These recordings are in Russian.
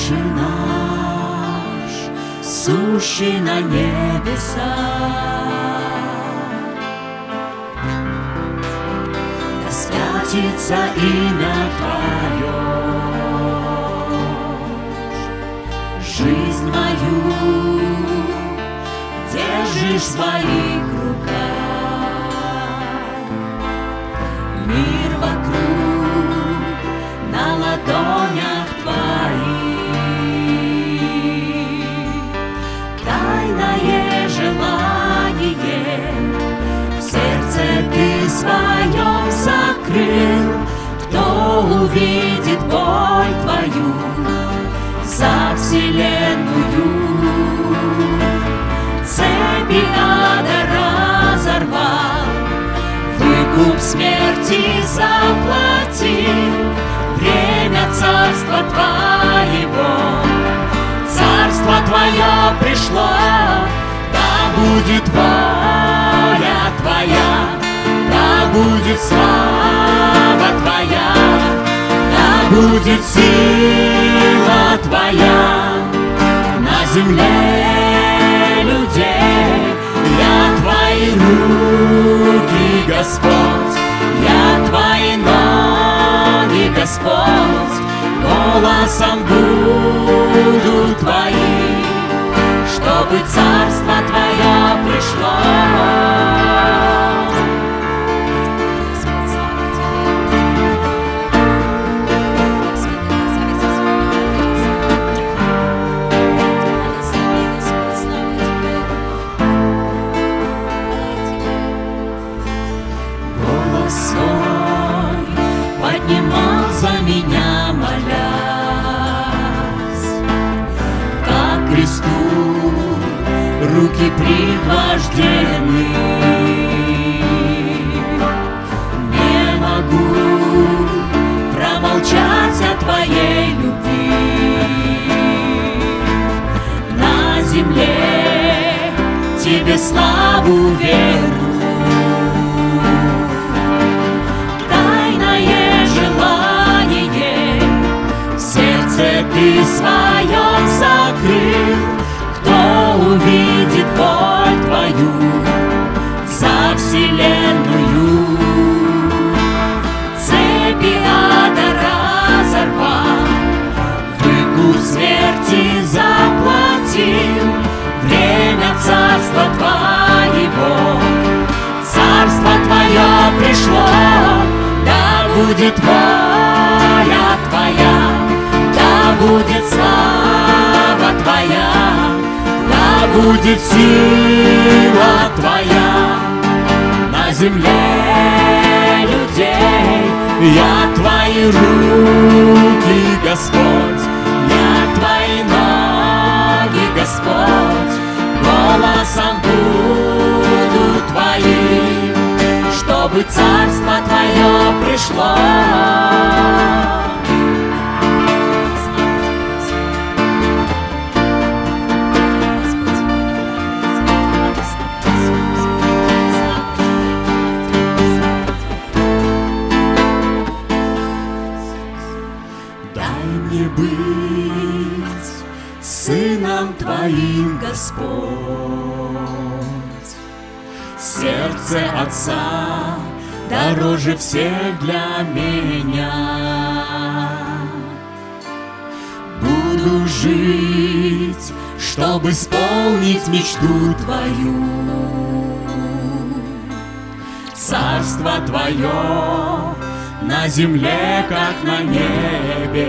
Отче наш, сущий на небесах, да святится имя Твое. Жизнь мою держишь в своих руках, мир вокруг на ладонях Твоих. Тайное желание в сердце Ты своем закрыл. Кто увидит боль Твою за вселенную? Цепи ада разорвал, выкуп смерти заплатил. Время царства Твоего, царство Твое пришло. Да будет воля Твоя, да будет слава Твоя, да будет сила Твоя на земле людей. Я Твои руки, Господь, я Твои ноги, Господь, голосом буду Твоим, чтобы царство Твое пришло. Поднимал за меня, молясь, ко кресту руки пригвождены. Не могу промолчать о Твоей любви. На земле Тебе славу верну. Ты своем закрыл. Кто увидит боль Твою за вселенную? Цепи ада разорвал, выкуп смерти заплатил. Время царства Твоего, царство Твое пришло. Да будет воля Твоя, будет слава Твоя, да будет сила Твоя на земле людей. Я Твои руки, Господь, я Твои ноги, Господь, голосом буду Твоим, чтобы царство Твое пришло. Быть сыном Твоим, Господь, сердце Отца дороже всех для меня. Буду жить, чтобы исполнить мечту Твою. Царство Твое на земле, как на небе.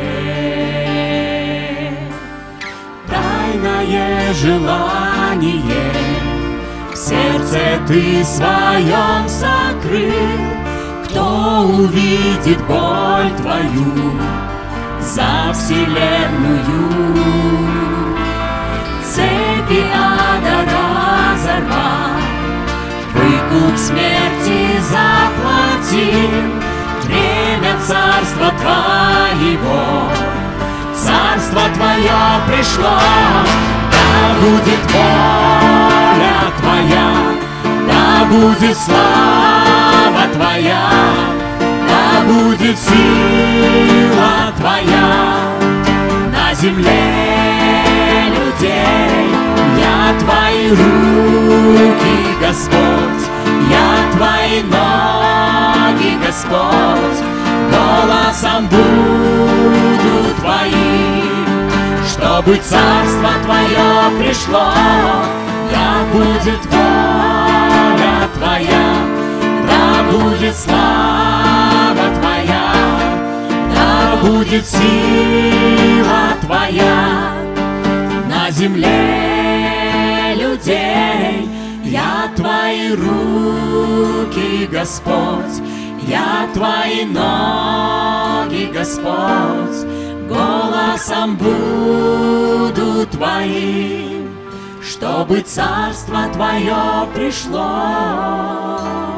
Тайное желание в сердце Ты своем сокрыл. Кто увидит боль Твою за вселенную? Цепи ада разорвал, выкуп смерти заплатил. Время царства Твоего, царство Твое пришло. Да будет воля Твоя, да будет слава Твоя, да будет сила Твоя на земле Твои руки, Господь, я Твои ноги, Господь, голосом буду Твоим, чтобы Царство Твое пришло, да будет воля Твоя, да будет слава Твоя, да будет сила Твоя на земле людей. Я Твои руки, Господь, я Твои ноги, Господь, голосом буду Твоим, чтобы Царство Твое пришло.